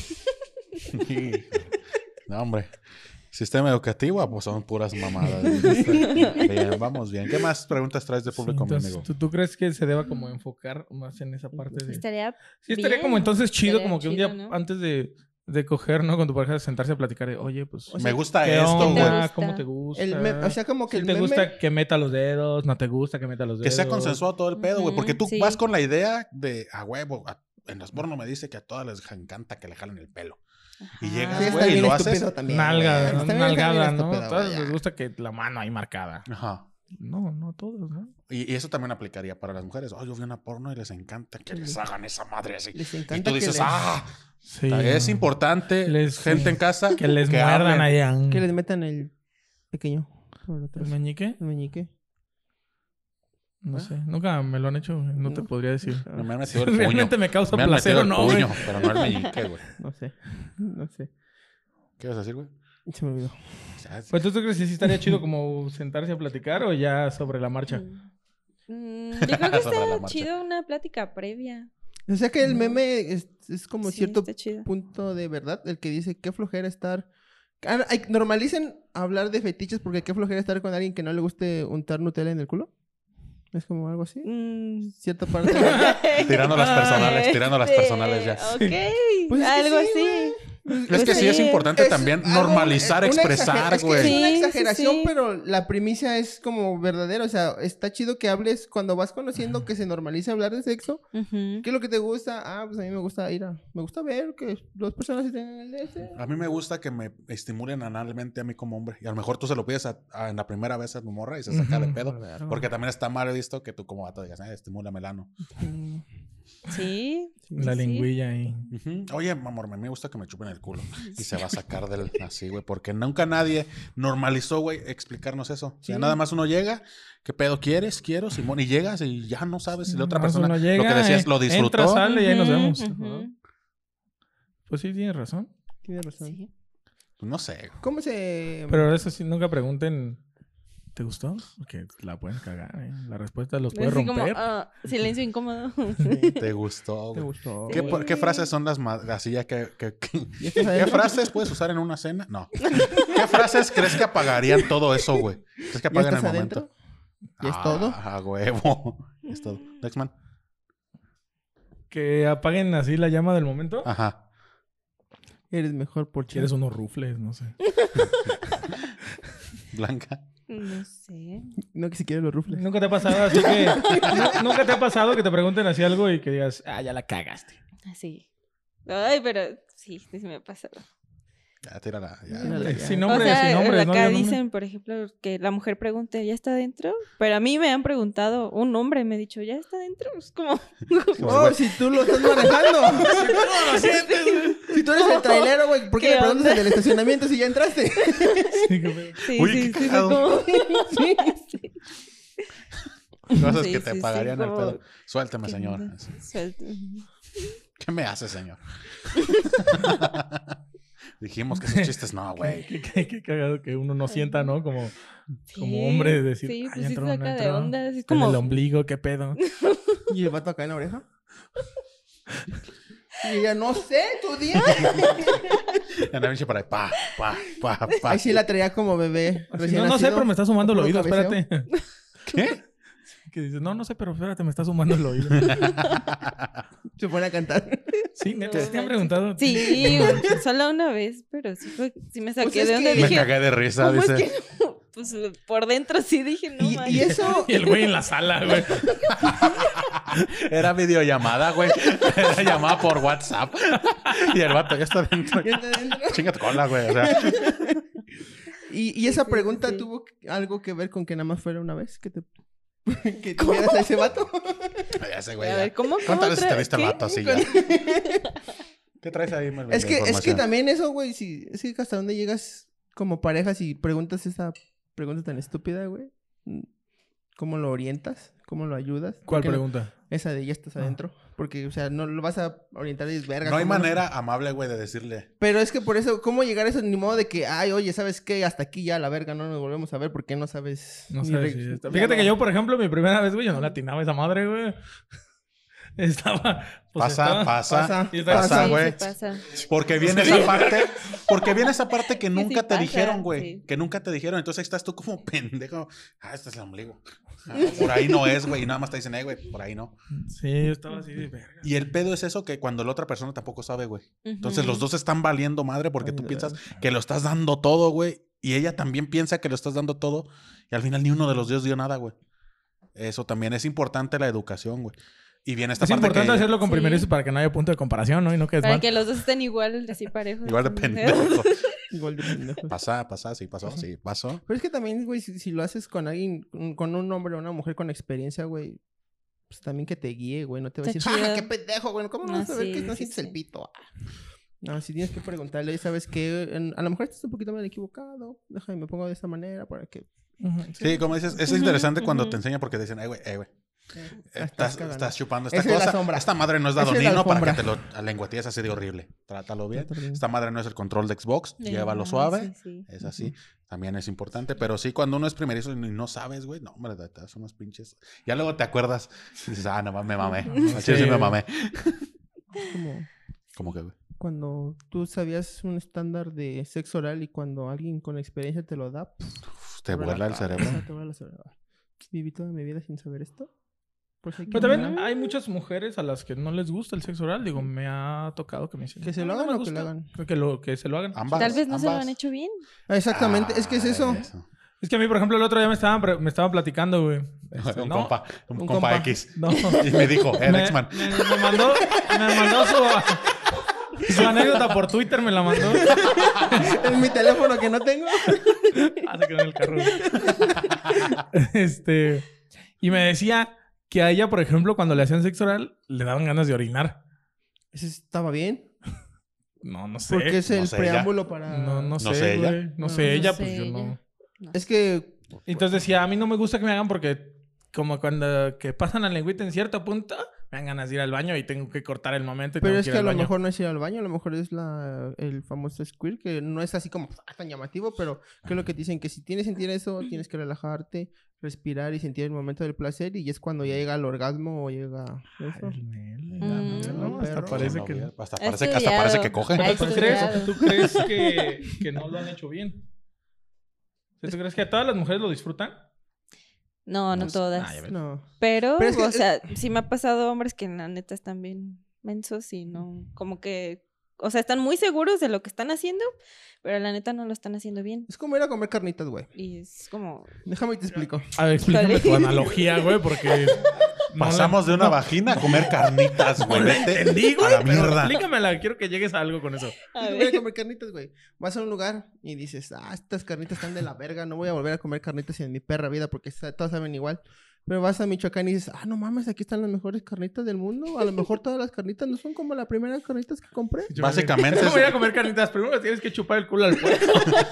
Speaker 1: No, hombre. Sistema educativo, pues son puras mamadas. Bien, vamos bien. ¿Qué más preguntas traes de público,
Speaker 2: Sí,
Speaker 1: mi
Speaker 2: entonces,
Speaker 1: amigo?
Speaker 2: ¿tú, tú crees que se deba como enfocar más en esa parte de...
Speaker 4: Estaría
Speaker 2: Sí, estaría
Speaker 4: bien,
Speaker 2: como entonces chido,
Speaker 4: estaría
Speaker 2: como que un
Speaker 4: chido,
Speaker 2: día
Speaker 4: ¿no?
Speaker 2: antes de, de coger, ¿no? Con tu pareja, sentarse a platicar de, oye, pues...
Speaker 3: O sea,
Speaker 1: Me gusta
Speaker 2: ¿qué
Speaker 1: esto,
Speaker 2: onda?
Speaker 1: güey.
Speaker 4: gusta?
Speaker 2: ¿Cómo te gusta?
Speaker 3: El me- o sea, como que
Speaker 2: ¿Sí
Speaker 3: el
Speaker 2: te
Speaker 3: meme-
Speaker 2: gusta que meta los dedos? ¿No te gusta que meta los
Speaker 1: Que
Speaker 2: dedos?
Speaker 1: sea consensuado todo el pedo, güey. Porque tú
Speaker 4: Ujú, sí.
Speaker 1: vas con la idea de, a huevo, a- en los porno me dice que a todas les encanta que le jalen el pelo. Y
Speaker 4: Ajá.
Speaker 1: llegas,
Speaker 3: Sí, está
Speaker 1: güey, y
Speaker 3: bien
Speaker 1: lo haces.
Speaker 3: estúpido también.
Speaker 2: Nalga,
Speaker 3: güey.
Speaker 2: ¿no?
Speaker 3: Está bien- está bien
Speaker 2: Nalgada, ¿no?
Speaker 3: estúpido,
Speaker 2: A todos
Speaker 3: güey,
Speaker 2: les
Speaker 3: ya.
Speaker 2: gusta que la mano ahí marcada.
Speaker 1: Ajá.
Speaker 2: No, no todos, ¿no?
Speaker 1: Y, y eso también aplicaría para las mujeres. Oh, yo vi una porno y les encanta que les hagan esa madre así.
Speaker 3: Les
Speaker 1: Y
Speaker 3: encanta
Speaker 1: tú dices,
Speaker 3: que les,
Speaker 1: ah,
Speaker 2: Sí.
Speaker 1: es importante,
Speaker 2: Les-
Speaker 1: gente en casa,
Speaker 2: Que les muerdan
Speaker 1: hablen.
Speaker 2: allá.
Speaker 3: que les metan el pequeño por atrás.
Speaker 2: ¿El meñique?
Speaker 3: El meñique.
Speaker 2: No
Speaker 3: ¿Ah?
Speaker 2: sé. Nunca me lo han hecho, güey. No te
Speaker 3: No.
Speaker 2: podría decir.
Speaker 3: Ah,
Speaker 1: No me han metido el puño.
Speaker 2: Realmente me causa
Speaker 1: Me han
Speaker 2: placer
Speaker 1: metido
Speaker 2: o
Speaker 1: el
Speaker 2: no, güey.
Speaker 1: puño, pero no el meñique, güey.
Speaker 3: No sé. No sé.
Speaker 1: ¿Qué vas a decir, güey?
Speaker 3: Se me olvidó.
Speaker 1: Ya,
Speaker 2: Pues ¿tú, tú crees que sí estaría chido como sentarse a platicar o ya sobre la marcha?
Speaker 4: Mm, yo creo que
Speaker 1: Sobre la
Speaker 4: está
Speaker 1: marcha.
Speaker 4: chido una plática previa.
Speaker 3: O sea que el meme es, es como
Speaker 4: Sí,
Speaker 3: cierto
Speaker 4: está chido.
Speaker 3: punto de verdad. El que dice, qué flojera estar... Ah, hay- normalicen hablar de fetiches porque qué flojera estar con alguien que no le guste untar Nutella en el culo. Es como algo así.
Speaker 4: Mm.
Speaker 3: Cierta parte.
Speaker 1: Tirando las personales, tirando las
Speaker 4: Este,
Speaker 1: personales ya.
Speaker 4: Ok,
Speaker 3: Pues es que
Speaker 4: algo
Speaker 3: sí,
Speaker 4: así.
Speaker 3: güey.
Speaker 1: Es que sí es
Speaker 4: Sí,
Speaker 1: importante
Speaker 3: Es
Speaker 1: también
Speaker 3: algo-
Speaker 1: normalizar,
Speaker 3: una
Speaker 1: expresar,
Speaker 3: exager- es que
Speaker 1: güey.
Speaker 3: Es una
Speaker 4: Sí, sí,
Speaker 3: exageración,
Speaker 4: sí.
Speaker 3: pero la primicia es como verdadera. O sea, está chido que hables cuando vas conociendo que se normalice hablar de sexo.
Speaker 4: Ujú.
Speaker 3: ¿Qué es lo que te gusta? Ah, pues a mí me gusta ir a... Me gusta ver que dos personas estén en el D S.
Speaker 1: A mí me gusta que me estimulen analmente a mí como hombre. Y a lo mejor tú se lo pides a- a- en la primera vez a tu morra y se saca de
Speaker 2: Ujú.
Speaker 1: pedo. Porque también está mal visto que tú como vato digas, eh, estimúlame el ano.
Speaker 3: Mm.
Speaker 4: Sí.
Speaker 2: La
Speaker 4: sí.
Speaker 2: lingüilla ahí.
Speaker 1: Ujú. Oye, amor, me gusta que me chupen el culo. Y se va a sacar del así, güey. Porque nunca nadie normalizó, güey, explicarnos eso. O sea,
Speaker 3: Sí.
Speaker 1: nada más uno llega, ¿qué pedo quieres? Quiero, Simón. Y llegas y ya no sabes si la otra
Speaker 2: Más
Speaker 1: persona
Speaker 2: uno llega,
Speaker 1: lo que decías
Speaker 2: eh,
Speaker 1: lo disfrutó.
Speaker 2: Entra, sale y ahí nos
Speaker 4: Ujú,
Speaker 2: vemos.
Speaker 4: ujú.
Speaker 2: Pues sí, tienes razón.
Speaker 3: Tienes razón.
Speaker 4: Sí.
Speaker 1: Pues no sé.
Speaker 3: ¿Cómo se...?
Speaker 2: Pero eso sí, nunca pregunten, ¿te gustó? Porque la pueden cagar, ¿eh? La respuesta los puede
Speaker 4: Así como,
Speaker 2: romper.
Speaker 4: ah, silencio incómodo.
Speaker 1: ¿Te gustó,
Speaker 3: ¿Te
Speaker 1: güey?
Speaker 3: gustó?
Speaker 1: ¿Qué,
Speaker 4: Sí.
Speaker 1: por- qué frases son las más así ya que, que- que-
Speaker 3: ¿Y estás
Speaker 1: ¿Qué
Speaker 3: adentro?
Speaker 1: frases puedes usar en una cena? No. ¿Qué frases crees que apagarían todo eso, güey? ¿Crees que
Speaker 3: ¿Ya
Speaker 1: apagan el
Speaker 3: estás
Speaker 1: momento?
Speaker 3: adentro? ¿Y es todo?
Speaker 1: Ah, a huevo. Es todo. Next man.
Speaker 2: Que apaguen así la llama del momento.
Speaker 1: Ajá.
Speaker 3: Eres mejor por
Speaker 2: Quieres
Speaker 3: chat.
Speaker 2: unos rufles, no sé.
Speaker 1: Blanca.
Speaker 4: No sé.
Speaker 3: No que si quieres los rufles.
Speaker 2: Nunca te ha pasado así que... nu- Nunca te ha pasado que te pregunten así algo y que digas, ah, ya la cagaste.
Speaker 4: Así. Ay, pero sí, sí me ha pasado.
Speaker 1: Ya, tírala. Ya.
Speaker 3: Tírala ya.
Speaker 2: Sin nombre,
Speaker 4: o sea,
Speaker 2: sin nombres, ¿no?
Speaker 4: acá
Speaker 2: Digan nombre.
Speaker 4: dicen, por ejemplo, que la mujer pregunte, ¿ya está dentro? Pero a mí me han preguntado, un hombre me ha dicho, ¿ya está dentro? Es como,
Speaker 1: Como,
Speaker 3: Oh,
Speaker 1: güey,
Speaker 3: si tú lo estás manejando. Si tú eres el trailero, güey, ¿por qué,
Speaker 4: ¿Qué
Speaker 3: le preguntas
Speaker 4: onda?
Speaker 3: el del estacionamiento si ya entraste?
Speaker 2: Sí, qué pedo.
Speaker 4: sí,
Speaker 1: Uy,
Speaker 4: sí,
Speaker 1: qué
Speaker 4: sí, fue
Speaker 1: cagado.
Speaker 4: como... sí, sí.
Speaker 1: Cosas
Speaker 4: Sí,
Speaker 1: que te
Speaker 4: sí, sí,
Speaker 1: apagarían el
Speaker 4: como-
Speaker 1: pedo. Suélteme,
Speaker 4: ¿Qué
Speaker 1: señor.
Speaker 4: onda? Suelta.
Speaker 1: ¿Qué me hace, señor? Dijimos que esos chistes no, güey.
Speaker 2: Qué, qué- qué cagado que uno no sienta, ¿no? Como,
Speaker 4: Sí,
Speaker 2: como hombre de decir,
Speaker 4: sí,
Speaker 2: "Ay,
Speaker 4: pues sí
Speaker 2: entró,
Speaker 4: saca
Speaker 2: no
Speaker 4: de
Speaker 2: entró".
Speaker 4: onda. así Es
Speaker 2: Está en
Speaker 4: como,
Speaker 2: el ombligo, qué pedo.
Speaker 3: Y el vato acá en la oreja. Y ella, no sé, tu día.
Speaker 1: Andaba pinche para ahí. Pa, pa, pa, pa.
Speaker 3: Ahí sí la traía como bebé.
Speaker 2: Así,
Speaker 3: recién
Speaker 2: no, no sé,
Speaker 3: nacido.
Speaker 2: pero me está sumando el
Speaker 3: Puro
Speaker 2: oído,
Speaker 3: cabeceo.
Speaker 2: espérate.
Speaker 1: ¿Qué?
Speaker 2: Que dices, no, no sé, pero espérate, me está sumando el oído.
Speaker 3: Se pone a cantar.
Speaker 2: Sí, neta,
Speaker 4: No
Speaker 2: ¿sí te han
Speaker 4: manches.
Speaker 2: preguntado?
Speaker 4: sí, solo una vez, pero sí, fue, sí me saqué
Speaker 3: Pues es
Speaker 4: de onda.
Speaker 3: que-
Speaker 1: Me
Speaker 4: Dije,
Speaker 1: cagué de risa,
Speaker 4: ¿cómo
Speaker 1: dice.
Speaker 4: es que no? Pues por dentro sí dije, no
Speaker 3: Y,
Speaker 4: manches.
Speaker 3: y eso...
Speaker 2: Y el güey en la sala, güey.
Speaker 1: Era videollamada, güey. Era llamada por WhatsApp. Y el vato ya está dentro.
Speaker 3: ya está dentro.
Speaker 1: Chinga tu cola, güey. O sea,
Speaker 3: Y, y esa
Speaker 4: Sí, sí,
Speaker 3: pregunta
Speaker 4: sí.
Speaker 3: tuvo algo que ver con que nada más fuera una vez que te... que tuvieras a ese vato.
Speaker 1: ya sé, güey.
Speaker 4: A
Speaker 1: ya.
Speaker 4: ver, ¿cómo? cómo
Speaker 1: ¿Cuántas veces te
Speaker 4: otra-
Speaker 1: viste al
Speaker 4: qué?
Speaker 1: vato así ya? ¿Qué traes ahí, Melvin,
Speaker 3: Es
Speaker 1: de
Speaker 3: que, es que
Speaker 1: información?
Speaker 3: también eso, güey, si, es que hasta dónde llegas como pareja si preguntas esa pregunta tan estúpida, güey. ¿Cómo lo orientas? ¿Cómo lo ayudas?
Speaker 2: ¿Cuál
Speaker 3: Porque no-
Speaker 2: pregunta?
Speaker 3: esa de ya estás
Speaker 2: Ah.
Speaker 3: adentro. Porque, o sea, no lo vas a orientar y es verga.
Speaker 1: No hay
Speaker 3: ¿cómo
Speaker 1: manera amable, güey, de decirle.
Speaker 3: Pero es que por eso, ¿cómo llegar a eso? Ni modo de que, ay, oye, ¿sabes qué? Hasta aquí ya, la verga, no nos volvemos a ver porque no sabes.
Speaker 2: No
Speaker 3: ni
Speaker 2: sé
Speaker 3: re-
Speaker 2: si está-
Speaker 3: ya
Speaker 2: Fíjate
Speaker 3: no.
Speaker 2: que yo, por ejemplo, mi primera vez, güey, yo no le atinaba a esa madre, güey. Estaba... pues,
Speaker 1: Pasa,
Speaker 2: estaba-
Speaker 1: pasa,
Speaker 3: pasa,
Speaker 2: y estaba-
Speaker 1: pasa,
Speaker 4: Sí,
Speaker 1: güey.
Speaker 4: sí pasa.
Speaker 1: Porque viene esa parte, porque viene esa parte que
Speaker 4: sí
Speaker 1: nunca te
Speaker 4: pasa,
Speaker 1: dijeron, güey.
Speaker 4: sí.
Speaker 1: Que nunca te dijeron. Entonces ahí estás tú como pendejo. Ah, este es el ombligo. Ah, por ahí no es, güey. Y nada más te dicen, eh, güey, por ahí no.
Speaker 2: Sí, yo estaba así de verga.
Speaker 1: Y el pedo es eso que cuando la otra persona tampoco sabe, güey. Entonces
Speaker 4: Ujú.
Speaker 1: los dos están valiendo madre porque
Speaker 3: Ay,
Speaker 1: tú
Speaker 3: de
Speaker 1: piensas
Speaker 3: verdad.
Speaker 1: que lo estás dando todo, güey. Y ella también piensa que lo estás dando todo. Y al final ni uno de los dos dio nada, güey. Eso también es importante, la educación, güey. Y viene esta
Speaker 2: Es
Speaker 1: parte
Speaker 2: importante
Speaker 1: que...
Speaker 2: hacerlo con
Speaker 4: Sí.
Speaker 2: primerizos para que no haya punto de comparación, ¿no? Y no quedes
Speaker 4: Para
Speaker 2: mal.
Speaker 4: que los dos estén igual, así parejos.
Speaker 1: Igual de
Speaker 4: así,
Speaker 1: pendejo.
Speaker 3: Igual de pendejos.
Speaker 1: Pasa, pasa, sí pasó, sí pasó.
Speaker 3: Pero es que también, güey, si, si lo haces con alguien, con- con un hombre o una mujer con experiencia, güey, pues también que te guíe, güey. No te va a
Speaker 4: Está
Speaker 3: decir, ¡ah,
Speaker 4: chido.
Speaker 3: qué pendejo, güey! ¿Cómo no
Speaker 4: No,
Speaker 3: vas a ver
Speaker 4: sí,
Speaker 3: que no
Speaker 4: sí,
Speaker 3: sientes
Speaker 4: sí.
Speaker 3: el pito? Ah. No, si tienes que preguntarle, ¿sabes qué? En- a lo mejor estás un poquito mal equivocado. Déjame, me pongo de esta manera para que...
Speaker 2: Ujú,
Speaker 1: Sí, como dices, es
Speaker 4: Ujú,
Speaker 1: interesante cuando
Speaker 4: ujú.
Speaker 1: te enseñan porque dicen, eh, güey, eh, güey.
Speaker 3: eh,
Speaker 1: Estás,
Speaker 3: cagando.
Speaker 1: estás chupando esta
Speaker 3: Esa es la
Speaker 1: cosa.
Speaker 3: sombra.
Speaker 1: Esta madre no es
Speaker 3: Esa es la
Speaker 1: dadonino para que
Speaker 3: alfombra.
Speaker 1: te lo lengüetees así de horrible. Trátalo bien.
Speaker 3: Trátalo bien.
Speaker 1: Esta madre no es el control de Xbox.
Speaker 4: De
Speaker 1: Llévalo
Speaker 4: verdad,
Speaker 1: suave.
Speaker 4: sí, sí.
Speaker 1: Es así. También es importante. Pero sí, cuando uno es primerizo y no sabes, güey, no, hombre, te das unos pinches. Ya luego te acuerdas y dices, ah, no, me mamé. Al chile sí me mamé.
Speaker 3: Es como
Speaker 1: Como que, güey.
Speaker 3: cuando tú sabías un estándar de sexo oral y cuando alguien con experiencia te lo da, pff,
Speaker 1: Uf, te
Speaker 3: abre la
Speaker 1: vuela el
Speaker 3: cabeza,
Speaker 1: cerebro.
Speaker 3: te vuela el cerebro. Viví toda mi vida sin saber esto. Pues hay que
Speaker 2: Pero también
Speaker 3: hablar.
Speaker 2: hay muchas mujeres a las que no les gusta el sexo oral. Digo, me ha tocado que me dicen...
Speaker 3: ¿Que se lo
Speaker 2: "No, no
Speaker 3: hagan
Speaker 2: me
Speaker 3: o que lo
Speaker 2: gusta".
Speaker 3: hagan?
Speaker 2: Que, lo, que se lo hagan.
Speaker 1: Ambas.
Speaker 4: Tal vez no se lo
Speaker 1: ambas.
Speaker 4: han hecho bien.
Speaker 3: Ah, exactamente, es que es
Speaker 1: Ah,
Speaker 3: eso.
Speaker 2: Es que a mí, por ejemplo, el otro día me estaban, pre- me estaban platicando, güey. Este,
Speaker 1: un
Speaker 2: no,
Speaker 1: compa, un,
Speaker 3: un
Speaker 1: compa,
Speaker 3: compa.
Speaker 1: X.
Speaker 2: No.
Speaker 1: Y me dijo, el
Speaker 2: me,
Speaker 1: X-Man.
Speaker 2: me, me mandó, me mandó su, su anécdota por Twitter, me la mandó.
Speaker 3: En mi teléfono que no tengo.
Speaker 2: Ah, se quedó en el carro. Este, y me decía que a ella, por ejemplo, cuando le hacían sexo oral, le daban ganas de orinar.
Speaker 3: ¿Eso estaba bien?
Speaker 2: No, no sé.
Speaker 3: Porque es
Speaker 1: no
Speaker 3: el
Speaker 1: sé
Speaker 3: preámbulo para...
Speaker 2: No, no
Speaker 1: No
Speaker 2: sé,
Speaker 1: sé ella.
Speaker 2: güey. No,
Speaker 3: No,
Speaker 2: sé
Speaker 3: no
Speaker 2: ella,
Speaker 4: sé
Speaker 2: pues yo
Speaker 4: ella.
Speaker 2: no.
Speaker 4: No
Speaker 3: Es
Speaker 4: sé.
Speaker 3: que...
Speaker 2: Entonces decía, a mí no me gusta que me hagan porque como cuando que pasan la lengüita en cierto punto, me dan ganas de ir al baño y tengo que cortar el momento y
Speaker 3: Pero
Speaker 2: tengo
Speaker 3: es
Speaker 2: que ir
Speaker 3: que a
Speaker 2: al
Speaker 3: lo
Speaker 2: baño.
Speaker 3: mejor no es ir al baño, a lo mejor es la, el famoso squirt, que no es así como ah, tan llamativo, pero que es lo que te dicen, que si tienes que sentir eso, tienes que relajarte, respirar y sentir el momento del placer, y es cuando ya llega el orgasmo o llega eso.
Speaker 2: Ay, Nele,
Speaker 4: Mm.
Speaker 2: no, hasta
Speaker 3: Perro.
Speaker 2: parece
Speaker 1: No,
Speaker 2: que
Speaker 1: no,
Speaker 2: no.
Speaker 1: Hasta
Speaker 4: Ha
Speaker 1: parece, hasta parece que coge.
Speaker 4: estudiado. Ha
Speaker 2: ¿Tú crees,
Speaker 4: estudiado.
Speaker 2: ¿Tú crees que, que no lo han hecho bien? O sea, ¿tú crees que todas las mujeres lo disfrutan?
Speaker 4: No, no
Speaker 1: No sé.
Speaker 4: todas.
Speaker 2: Ah, ya ves.
Speaker 3: No.
Speaker 4: Pero,
Speaker 3: Pero es que-
Speaker 4: o sea, sí me ha pasado hombres que la neta están bien mensos y no, como que, o sea, están muy seguros de lo que están haciendo, pero la neta no lo están haciendo bien.
Speaker 3: Es como ir a comer carnitas, güey.
Speaker 4: Y es como...
Speaker 3: Déjame y te explico.
Speaker 2: A ver, explícame tu analogía, güey, porque... no la-
Speaker 1: Pasamos de una vagina a comer carnitas, güey.
Speaker 2: No la
Speaker 1: Vete
Speaker 2: entendí, güey.
Speaker 1: a la
Speaker 2: pero
Speaker 1: mierda.
Speaker 2: Explícamela, quiero que llegues a algo con eso.
Speaker 4: A
Speaker 3: Es como ir a
Speaker 4: ver.
Speaker 3: comer carnitas, güey. Vas a un lugar y dices, ah, estas carnitas están de la verga, no voy a volver a comer carnitas en mi perra vida porque sa- todas saben igual. Pero vas a Michoacán y dices, ah, no mames, aquí están las mejores carnitas del mundo. A lo mejor todas las carnitas no son como las primeras carnitas que compré.
Speaker 1: Básicamente,
Speaker 2: No
Speaker 1: es-
Speaker 2: voy a comer carnitas, primero tienes que chupar el culo al puerco.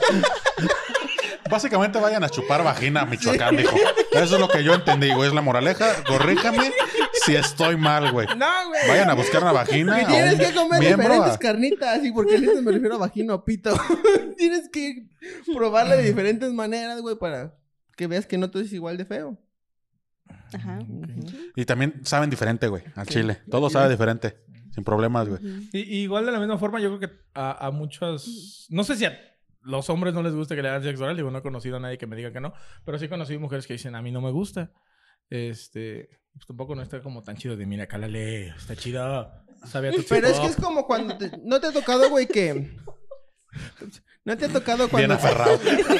Speaker 1: básicamente vayan a chupar vagina a Michoacán, dijo. Eso es lo que yo entendí, güey. Es la moraleja. Corríjame si estoy mal, güey.
Speaker 3: No, güey.
Speaker 1: Vayan a buscar una vagina.
Speaker 3: Que
Speaker 1: a
Speaker 3: tienes
Speaker 1: un
Speaker 3: que comer
Speaker 1: miembro
Speaker 3: diferentes
Speaker 1: a-
Speaker 3: carnitas, y porque no me refiero a vagina o pito. Tienes que probarla de diferentes maneras, güey, para que veas que no todo es igual de feo.
Speaker 4: Ajá.
Speaker 1: Y también saben diferente, güey, al chile. Todo sabe diferente. Sin problemas, güey.
Speaker 4: Ujú.
Speaker 2: Y, y igual de la misma forma, yo creo que a, a muchos... No sé si a los hombres no les gusta que le hagan sexo oral. Digo, no he conocido a nadie que me diga que no. Pero sí he conocido mujeres que dicen, a mí no me gusta. Este... Pues tampoco no está como tan chido de, mira, cálale, está chido. Sabe a tu
Speaker 3: Pero es
Speaker 2: chico".
Speaker 3: que es como cuando te- no te ha tocado, güey, que no te ha tocado
Speaker 1: Bien
Speaker 3: cuando
Speaker 1: aferrado.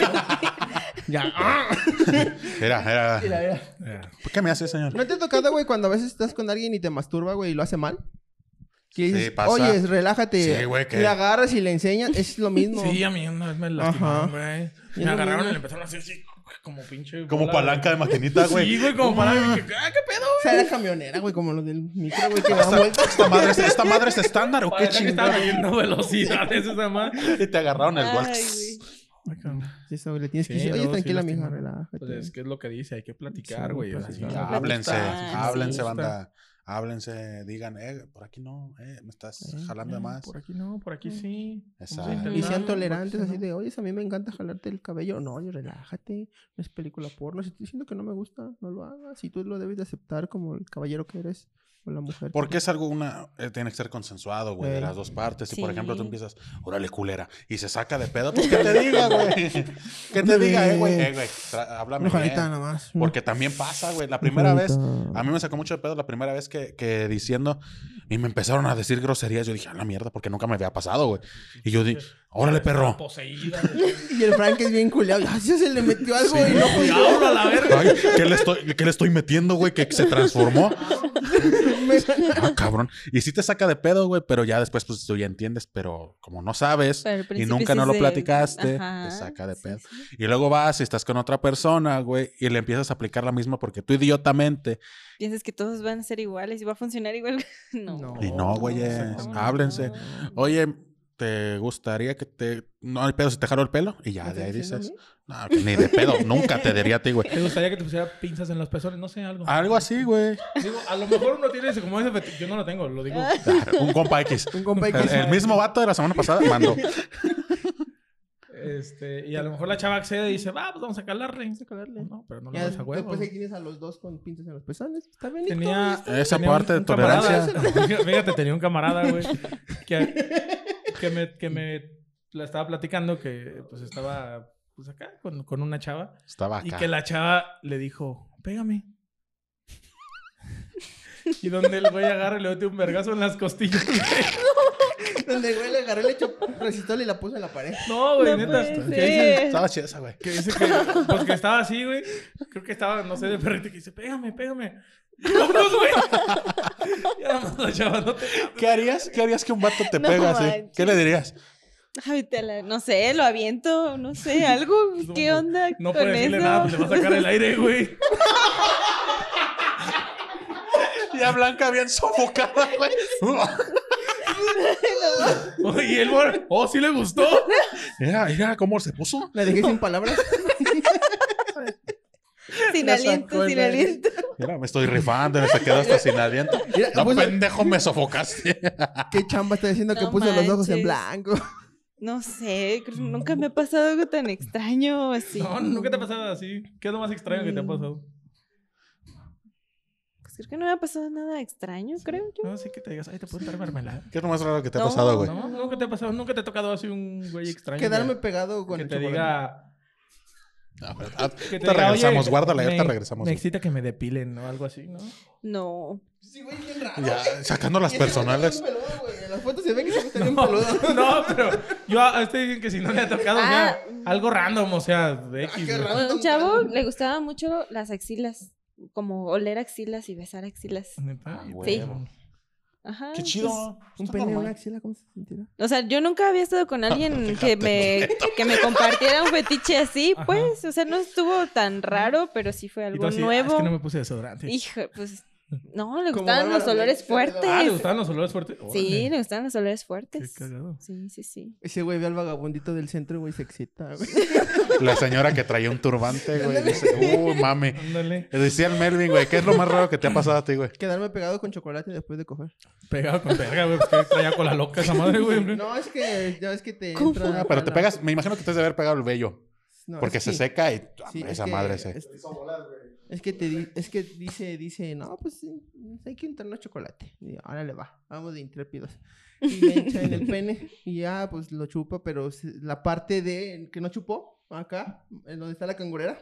Speaker 3: ya. ¡Ah!
Speaker 1: Mira, mira.
Speaker 3: Mira, mira.
Speaker 2: Ya.
Speaker 1: ¿Por qué me hace, señor?
Speaker 3: ¿No te ha tocado, güey, cuando a veces estás con alguien y te masturba, güey, y lo hace mal? Que dices,
Speaker 1: Sí, pasa.
Speaker 3: oye, relájate.
Speaker 1: Sí, güey, que-
Speaker 3: Le agarras y le enseñas, es lo mismo.
Speaker 2: Sí, a mí una vez me lastimaron, güey.
Speaker 3: Y
Speaker 2: Me
Speaker 3: es lo
Speaker 2: agarraron
Speaker 3: mismo.
Speaker 2: y le empezaron a hacer así, como pinche...
Speaker 1: Como
Speaker 2: bola
Speaker 1: palanca de maquinita, güey.
Speaker 2: Sí, güey, como palanca. ¿Qué, ah, ¿qué pedo,
Speaker 3: O sea, era camionera, güey, como los del micro, güey, que da vueltas.
Speaker 1: ¿Esta madre, es- ¿Esta madre es estándar o qué
Speaker 2: Parece que estaba
Speaker 1: chingada?
Speaker 2: viendo velocidades esa madre.
Speaker 1: Y te agarraron el
Speaker 4: Ay,
Speaker 1: gol.
Speaker 4: güey.
Speaker 3: Sí, eso, le tienes que
Speaker 2: Sí,
Speaker 3: decir, oye,
Speaker 2: no, sí,
Speaker 3: tranquila, mija,
Speaker 2: lastima.
Speaker 3: relájate.
Speaker 2: Pues es que es lo que dice, hay que platicar,
Speaker 3: Sí,
Speaker 2: güey. o sea,
Speaker 3: platicar.
Speaker 2: sí,
Speaker 1: Ya,
Speaker 2: me
Speaker 1: háblense,
Speaker 2: gusta, sí,
Speaker 1: háblense,
Speaker 2: me gusta.
Speaker 1: banda. Háblense, digan, eh, por aquí no, eh, me estás
Speaker 3: Eh,
Speaker 1: jalando de
Speaker 2: Eh,
Speaker 1: más.
Speaker 2: Por aquí no, por aquí sí.
Speaker 1: Exacto.
Speaker 2: Vamos a
Speaker 3: Y
Speaker 2: intentarlo,
Speaker 3: sean
Speaker 2: por
Speaker 3: tolerantes,
Speaker 2: aquí
Speaker 3: así
Speaker 2: no.
Speaker 3: de, oye, a mí me encanta jalarte el cabello. No, oye, relájate, no es película porno. Si estoy diciendo que no me gusta, no lo hagas. Y tú lo debes de aceptar como el caballero que eres o la mujer. que
Speaker 1: Porque es algo, una, eh, tiene que ser consensuado, güey, de
Speaker 3: Ey.
Speaker 1: las dos partes. Si, por
Speaker 4: Sí.
Speaker 1: ejemplo, tú empiezas, órale, culera, y se saca de pedo, pues, ¿qué te diga, güey? ¿Qué te diga, eh, güey? Eh, güey, tra- háblame
Speaker 3: Una
Speaker 1: bien.
Speaker 3: jalita nada más.
Speaker 1: Porque también pasa, güey. La primera vez,
Speaker 3: jalita.
Speaker 1: a mí me sacó mucho de pedo la primera vez que, que diciendo, y me empezaron a decir groserías. Yo dije, a la mierda, porque nunca me había pasado, güey. Y yo dije, órale, perro.
Speaker 2: Poseída.
Speaker 3: Y el Frank es bien culeado. Ay, sí, se le metió algo y no fue yo.
Speaker 2: Diablo, a la verga.
Speaker 1: Ay, ¿qué le estoy, qué le estoy metiendo, güey? Que se transformó. Ah, cabrón. Y sí te saca de pedo, güey, pero ya después, pues tú ya entiendes, pero como no sabes
Speaker 4: Pero al
Speaker 1: y
Speaker 4: principio
Speaker 1: nunca
Speaker 4: sí
Speaker 1: no lo
Speaker 4: se-
Speaker 1: platicaste,
Speaker 4: Ajá,
Speaker 1: te saca de
Speaker 4: sí,
Speaker 1: pedo.
Speaker 4: sí.
Speaker 1: Y luego vas y estás con otra persona, güey, y le empiezas a aplicar la misma porque tú idiotamente.
Speaker 4: Piensas que todos van a ser iguales y va a funcionar igual. No.
Speaker 3: No.
Speaker 1: Y no, güeyes,
Speaker 3: exactamente.
Speaker 1: háblense.
Speaker 4: No.
Speaker 1: Oye, ¿te gustaría que te... No hay pedo si te jalo el pelo? Y ya,
Speaker 3: ¿Me
Speaker 1: de ahí
Speaker 3: estás diciendo
Speaker 1: dices... No, que ni de pedo. Nunca te diría a ti, güey.
Speaker 2: ¿Te gustaría que te pusiera pinzas en los pezones? No sé, algo.
Speaker 1: Algo así, güey.
Speaker 2: Digo, a lo mejor uno tiene ese, como ese fetiche. Yo no lo tengo, lo digo.
Speaker 1: Ah, Un compa X.
Speaker 3: Un compa
Speaker 1: El,
Speaker 3: X.
Speaker 1: el mismo vato de la semana pasada mandó.
Speaker 2: Este, y a lo mejor la chava accede y dice, va, pues vamos a calarle.
Speaker 3: Vamos a calarle.
Speaker 2: No, pero no lo
Speaker 3: Ya,
Speaker 2: ves a huevo.
Speaker 3: después ahí tienes a los dos con pintas en los pezones. Está bien.
Speaker 2: Tenía
Speaker 1: Esa
Speaker 2: tenía
Speaker 1: parte de
Speaker 2: camarada- Fíjate, tenía un camarada, güey, que, que me, que me la estaba platicando que pues estaba pues acá con, con una chava
Speaker 1: Estaba
Speaker 2: y
Speaker 1: acá.
Speaker 2: que la chava le dijo, pégame. Y donde el güey agarra y le mete un vergazo en las costillas. güey.
Speaker 3: Donde el güey le agarró, le echó resistol y la puso en la pared.
Speaker 2: No, güey,
Speaker 4: No
Speaker 2: neta.
Speaker 4: puede
Speaker 2: Que
Speaker 4: ser.
Speaker 2: dice,
Speaker 1: Estaba chida esa, güey.
Speaker 2: que dice que, pues que estaba así, güey. Creo que estaba, no sé, de perrito que dice, pégame, pégame. ¡Vámonos, güey! Y nada más la chava, no te...
Speaker 1: ¿Qué harías? ¿Qué harías que un vato te
Speaker 4: No
Speaker 1: pega así?
Speaker 4: manches.
Speaker 1: ¿Qué le dirías?
Speaker 4: Ay, te la- no sé, lo aviento, no sé, algo.
Speaker 2: No,
Speaker 4: ¿Qué onda
Speaker 2: No
Speaker 4: con
Speaker 2: puede decirle
Speaker 4: eso?
Speaker 2: nada, pues le va a sacar el aire, güey.
Speaker 1: ya Blanca bien sofocada, güey.
Speaker 2: Y el morro, oh, sí le gustó.
Speaker 1: Mira, mira cómo se puso.
Speaker 3: La dejé sin palabras.
Speaker 4: Sin
Speaker 3: La
Speaker 4: aliento,
Speaker 3: sacó
Speaker 4: sin
Speaker 3: el-
Speaker 4: aliento.
Speaker 1: Mira, me estoy rifando, me se quedó hasta sin aliento.
Speaker 3: Mira,
Speaker 1: No,
Speaker 3: puso-
Speaker 1: pendejo, me sofocaste.
Speaker 3: ¿Qué chamba está diciendo que
Speaker 4: No
Speaker 3: puso los ojos
Speaker 4: manches.
Speaker 3: en blanco?
Speaker 4: No sé, creo que nunca me ha pasado algo tan extraño así.
Speaker 2: No, nunca te ha pasado así. ¿Qué es lo más extraño que te ha pasado?
Speaker 4: Pues creo que no me ha pasado nada extraño, creo yo.
Speaker 2: No, sí que te digas, ay, te puedo dar mermelada.
Speaker 1: ¿Qué es lo más raro que te ha
Speaker 4: No.
Speaker 1: pasado, güey?
Speaker 2: No, nunca te ha pasado, nunca te ha tocado así un güey extraño.
Speaker 3: Quedarme
Speaker 2: que,
Speaker 3: pegado con
Speaker 2: que
Speaker 3: el
Speaker 2: te
Speaker 3: chocolate.
Speaker 2: diga.
Speaker 1: No, pero, ah,
Speaker 2: Que te
Speaker 1: ahorita
Speaker 2: diga,
Speaker 1: regresamos,
Speaker 2: oye,
Speaker 1: guárdala,
Speaker 2: me-
Speaker 1: ahorita regresamos.
Speaker 2: Me
Speaker 1: güey.
Speaker 2: excita que me depilen o algo así, ¿no?
Speaker 4: No.
Speaker 3: Sí, güey, bien raro.
Speaker 1: Ya, sacando las
Speaker 3: Y ese güey
Speaker 1: personales.
Speaker 3: está bien peludo, güey. En las fotos se ve que se está bien
Speaker 2: No,
Speaker 3: peludo.
Speaker 2: no, pero yo a este dicen que si no le ha tocado, o sea, algo random, o sea, de X.
Speaker 3: Ah, qué
Speaker 2: güey.
Speaker 3: raro.
Speaker 4: A un chavo le gustaba mucho las axilas. Como oler axilas y besar axilas.
Speaker 2: ¿Neta?
Speaker 1: Ah,
Speaker 4: Sí.
Speaker 1: huevo.
Speaker 4: Ajá.
Speaker 1: Qué
Speaker 4: pues,
Speaker 1: chido.
Speaker 3: Un
Speaker 1: Está
Speaker 3: pene en
Speaker 1: normal.
Speaker 3: una axila, ¿cómo se sentirá?
Speaker 4: o sea, yo nunca había estado con alguien que me, que me compartiera un fetiche así,
Speaker 2: Ajá.
Speaker 4: pues. O sea, no estuvo tan raro, pero sí fue
Speaker 2: Y tú
Speaker 4: algo
Speaker 2: así, ah,
Speaker 4: nuevo.
Speaker 2: es que no me puse desodorante.
Speaker 4: Hijo, pues. No, le
Speaker 3: Como
Speaker 4: gustaban los
Speaker 3: Bárbara
Speaker 4: olores
Speaker 3: Rey,
Speaker 4: fuertes.
Speaker 2: Ah, ¿le gustaban los olores fuertes?
Speaker 4: Sí,
Speaker 2: Órale.
Speaker 4: le gustaban los olores
Speaker 2: Qué
Speaker 4: fuertes.
Speaker 2: cagado.
Speaker 4: Sí, sí, sí.
Speaker 3: Ese güey ve al vagabundito del centro, güey, se excita, güey.
Speaker 1: La señora que traía un turbante, güey. Dice, uy, mami.
Speaker 2: Ándale.
Speaker 1: Le decía el Melvin, güey, ¿qué es lo más raro que te ha pasado a ti, güey?
Speaker 3: Quedarme pegado con chocolate después de coger.
Speaker 2: Pegado con verga, güey. Pues que traía con la loca esa madre, güey.
Speaker 3: No, es que ya ves que te
Speaker 4: ¿Cómo?
Speaker 3: entra
Speaker 1: Ah, pero te
Speaker 3: la-
Speaker 1: pegas, me imagino que te has de haber pegado el vello.
Speaker 3: No,
Speaker 1: Porque
Speaker 3: es
Speaker 1: se
Speaker 3: que-
Speaker 1: seca y ah,
Speaker 3: sí, es
Speaker 1: esa
Speaker 3: que-
Speaker 1: madre se...
Speaker 3: Es, es que te di- es que dice, dice, no, pues sí, hay que untarnos chocolate. Y ahora le va, vamos de intrépidos. Y le echa en el pene y ya pues lo chupa, pero se- la parte de que no chupó, acá, en donde está la cangurera.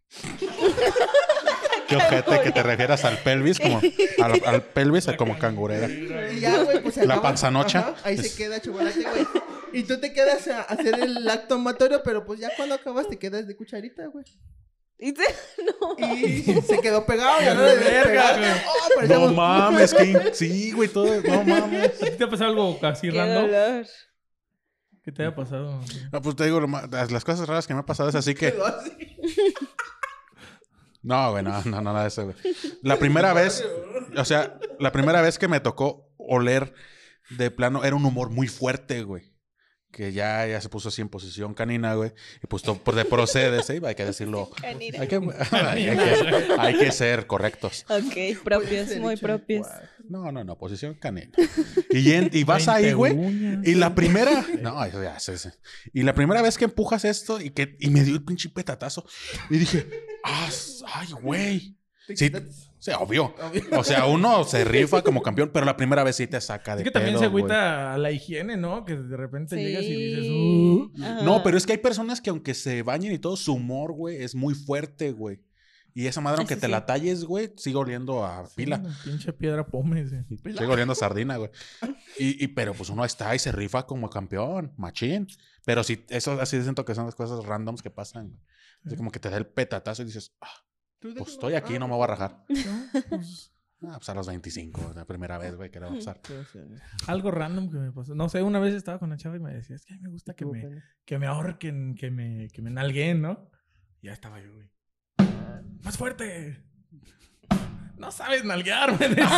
Speaker 1: Qué ojete que te refieras al pelvis, como al, al pelvis como cangurera.
Speaker 3: Y ya, güey, pues se
Speaker 1: La
Speaker 3: acaba.
Speaker 1: panzanocha.
Speaker 3: Ajá, ahí
Speaker 1: Es-
Speaker 3: se queda chocolate, güey. Y tú te quedas a hacer el acto amatorio, pero pues ya cuando acabas te quedas de cucharita, güey.
Speaker 4: Y te- no.
Speaker 3: Y se quedó pegado, ya no le
Speaker 2: Verga,
Speaker 3: despegar.
Speaker 2: güey.
Speaker 3: Oh,
Speaker 1: No
Speaker 3: parecíamos-
Speaker 1: mames, que... Sí, güey, todo... No mames.
Speaker 2: ¿A ti te ha pasado algo así
Speaker 4: Qué
Speaker 2: random?
Speaker 4: dolor.
Speaker 2: ¿Qué te haya pasado?
Speaker 1: No, pues te digo, lo ma- las las cosas raras que me ha pasado es así que...
Speaker 3: Quedó así.
Speaker 1: No, güey, no, no, nada de eso, güey. La primera vez, o sea, la primera vez que me tocó oler de plano, era un humor muy fuerte, güey. Que ya, ya se puso así en posición canina, güey. Y pues to- pues, de procede, ¿sí? Hay que decirlo.
Speaker 4: Canina.
Speaker 1: Hay que, hay, que, hay que ser correctos.
Speaker 4: Ok, propios,
Speaker 3: Hubiese
Speaker 4: muy
Speaker 3: dicho,
Speaker 4: propios.
Speaker 3: "Guau".
Speaker 1: No, no, no, posición canina. Y, en- y vas ahí,
Speaker 2: veinte
Speaker 1: güey.
Speaker 2: uñas.
Speaker 1: Y la primera... No, eso ya, sí, sí. Y la primera vez que empujas esto y que y me dio el pinche petatazo. Y dije, ah, ay, güey.
Speaker 3: ¿Te
Speaker 1: Sí,
Speaker 3: quitas?
Speaker 1: sí, obvio.
Speaker 3: Obvio.
Speaker 1: O sea, uno se rifa como campeón, pero la primera vez sí te saca de
Speaker 2: Es que también
Speaker 1: pedo,
Speaker 2: se
Speaker 1: güey.
Speaker 2: agüita a la higiene, ¿no? Que de repente
Speaker 4: Sí.
Speaker 2: llegas y dices, uh.
Speaker 4: Ajá.
Speaker 1: No, pero es que hay personas que aunque se bañen y todo, su humor, güey, es muy fuerte, güey. Y esa madre, aunque
Speaker 4: Eso
Speaker 1: te
Speaker 4: sí.
Speaker 1: la talles, güey, sigue oliendo a pila.
Speaker 2: Una pinche piedra pómez. eh.
Speaker 1: Sigue oliendo a sardina, güey. Y, y, pero pues uno está y se rifa como campeón, machín. Pero sí, eso así siento que son las cosas randoms que pasan, güey. Así como que te da el petatazo y dices, ah,
Speaker 3: ¿Tú de
Speaker 1: pues
Speaker 3: qué
Speaker 1: estoy
Speaker 3: no?
Speaker 1: aquí,
Speaker 3: Ah,
Speaker 1: no me voy a rajar.
Speaker 2: No, pues,
Speaker 1: Ah, pues a los veinticinco, la primera vez, güey, que le va a pasar.
Speaker 3: pero sí, no.
Speaker 2: algo random que me pasó. No sé, una vez estaba con una chava y me decía, es que a mí me gusta que
Speaker 3: Tuvo
Speaker 2: me,
Speaker 3: pene.
Speaker 2: que me ahorquen, que me, que me nalguen, ¿no? Y ya estaba yo, güey. ¡Más fuerte! No sabes nalguear, me decía.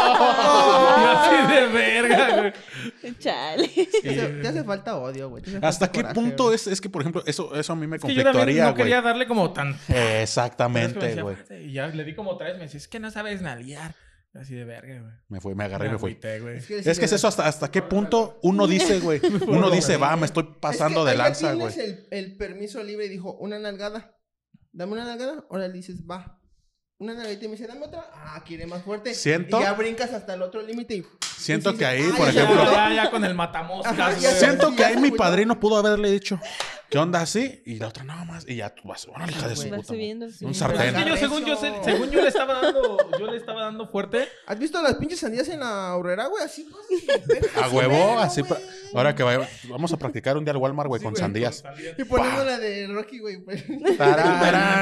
Speaker 2: Yo así de verga, güey.
Speaker 4: Chale.
Speaker 3: Te hace, te hace falta odio, güey. te hace
Speaker 1: ¿Hasta
Speaker 3: falta
Speaker 1: qué
Speaker 3: coraje,
Speaker 1: punto
Speaker 3: güey.
Speaker 1: es, es que, por ejemplo, eso, eso a mí me
Speaker 2: Es que yo también
Speaker 1: conflictuaría,
Speaker 2: no
Speaker 1: güey?
Speaker 2: quería darle como tan... Pero es que me
Speaker 1: Exactamente,
Speaker 2: decía,
Speaker 1: güey.
Speaker 2: "Fuerte", y ya le di como tres, me decía, es que no sabes nalguear. Así de verga, güey.
Speaker 1: Me fui, me agarré y me fui.
Speaker 2: agüité, güey.
Speaker 3: Es que,
Speaker 1: Es que es eso, hasta, hasta qué punto uno dice, güey. Uno dice, va, me estoy pasando de lanza, güey.
Speaker 3: tienes el, el permiso libre y dijo, una nalgada. Dame una nalgada. Ahora le dices, va. Una nalgadita y me dice, dame otra. Ah, quiere más fuerte.
Speaker 1: Siento-
Speaker 3: Y ya brincas hasta el otro límite y...
Speaker 1: Siento
Speaker 3: y
Speaker 1: que ahí,
Speaker 3: dices,
Speaker 1: por
Speaker 3: "Ay, ya,
Speaker 1: ejemplo,
Speaker 2: Ya, ya, ya con el matamoscas,
Speaker 3: Ajá,
Speaker 2: güey.
Speaker 3: ya
Speaker 1: siento que
Speaker 3: ya
Speaker 1: ahí
Speaker 3: se
Speaker 1: mi
Speaker 3: agüitó.
Speaker 1: padrino pudo haberle dicho, ¿qué onda así? Y la otra, nada más. Y ya tú vas, órale, hija de su
Speaker 3: Güey.
Speaker 4: Va
Speaker 1: puta madre.
Speaker 4: subiendo. sí.
Speaker 1: Un
Speaker 2: Pero es
Speaker 1: sartén.
Speaker 2: que yo, según yo, sé- según yo le estaba dando, yo le estaba dando fuerte.
Speaker 3: ¿Has visto las pinches sandías en la horrera, güey? Así,
Speaker 1: A huevo, así. pa- Ahora que vaya- vamos a practicar un día al Walmart, güey, con sandías.
Speaker 3: Y poniendo la de Rocky, güey. pues.
Speaker 1: Tarán,